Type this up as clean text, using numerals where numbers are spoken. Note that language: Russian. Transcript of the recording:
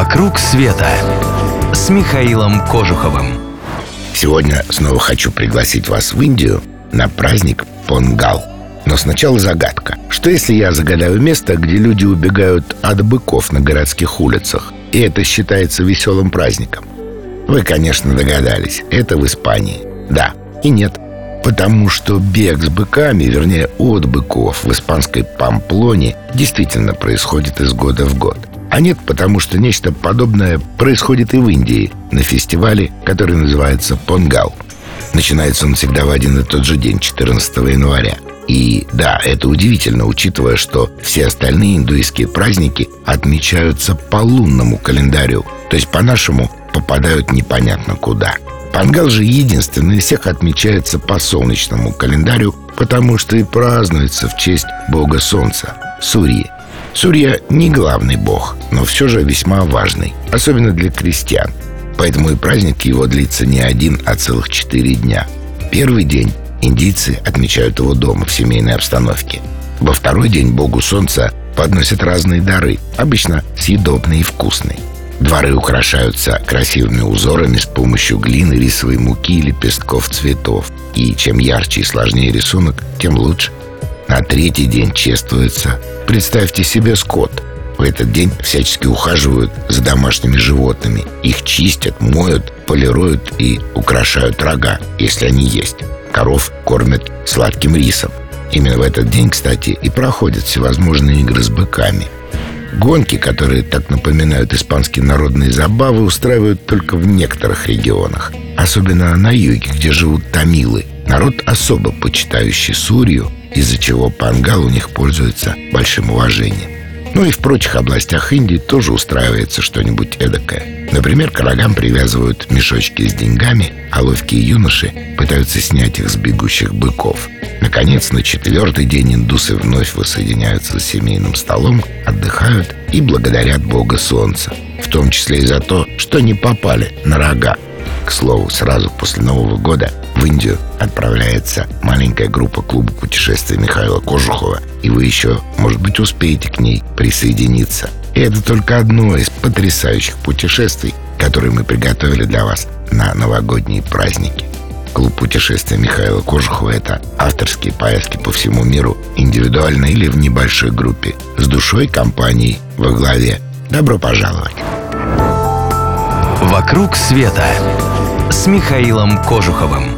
«Вокруг света» с Михаилом Кожуховым. Сегодня снова хочу пригласить вас в Индию на праздник Понгал. Но сначала загадка. Что если я загадаю место, где люди убегают от быков на городских улицах, и это считается веселым праздником? Вы, конечно, догадались. Это в Испании. Да и нет. Потому что бег с быками, вернее, от быков в испанской Памплоне действительно происходит из года в год. А нет, потому что нечто подобное происходит и в Индии на фестивале, который называется Понгал. Начинается он всегда в один и тот же день, 14 января. И да, это удивительно, учитывая, что все остальные индуистские праздники отмечаются по лунному календарю, то есть по-нашему попадают непонятно куда. Понгал же единственный из всех отмечается по солнечному календарю, потому что и празднуется в честь бога солнца – Сурьи. Сурья не главный бог, но все же весьма важный, особенно для крестьян. Поэтому и праздник его длится не один, а целых 4 дня. Первый день индийцы отмечают его дома в семейной обстановке. Во второй день богу солнца подносят разные дары, обычно съедобные и вкусные. Дворы украшаются красивыми узорами с помощью глины, рисовой муки и лепестков цветов. И чем ярче и сложнее рисунок, тем лучше. На третий день чествуется, представьте себе, скот. В этот день всячески ухаживают за домашними животными. Их чистят, моют, полируют и украшают рога, если они есть. Коров кормят сладким рисом. Именно в этот день, кстати, и проходят всевозможные игры с быками. Гонки, которые так напоминают испанские народные забавы, устраивают только в некоторых регионах. Особенно на юге, где живут тамилы. Народ, особо почитающий Сурью, из-за чего Понгал у них пользуется большим уважением. Ну и в прочих областях Индии тоже устраивается что-нибудь эдакое. Например, к рогам привязывают мешочки с деньгами, а ловкие юноши пытаются снять их с бегущих быков. Наконец, на 4-й день индусы вновь воссоединяются с семейным столом, отдыхают и благодарят бога солнца, в том числе и за то, что не попали на рога. К слову, сразу после Нового года в Индию отправляется маленькая группа клуба путешествий Михаила Кожухова, и вы еще, может быть, успеете к ней присоединиться. И это только одно из потрясающих путешествий, которые мы приготовили для вас на новогодние праздники. Клуб путешествий Михаила Кожухова – это авторские поездки по всему миру, индивидуально или в небольшой группе, с душой компании во главе. Добро пожаловать! «Вокруг света» с Михаилом Кожуховым.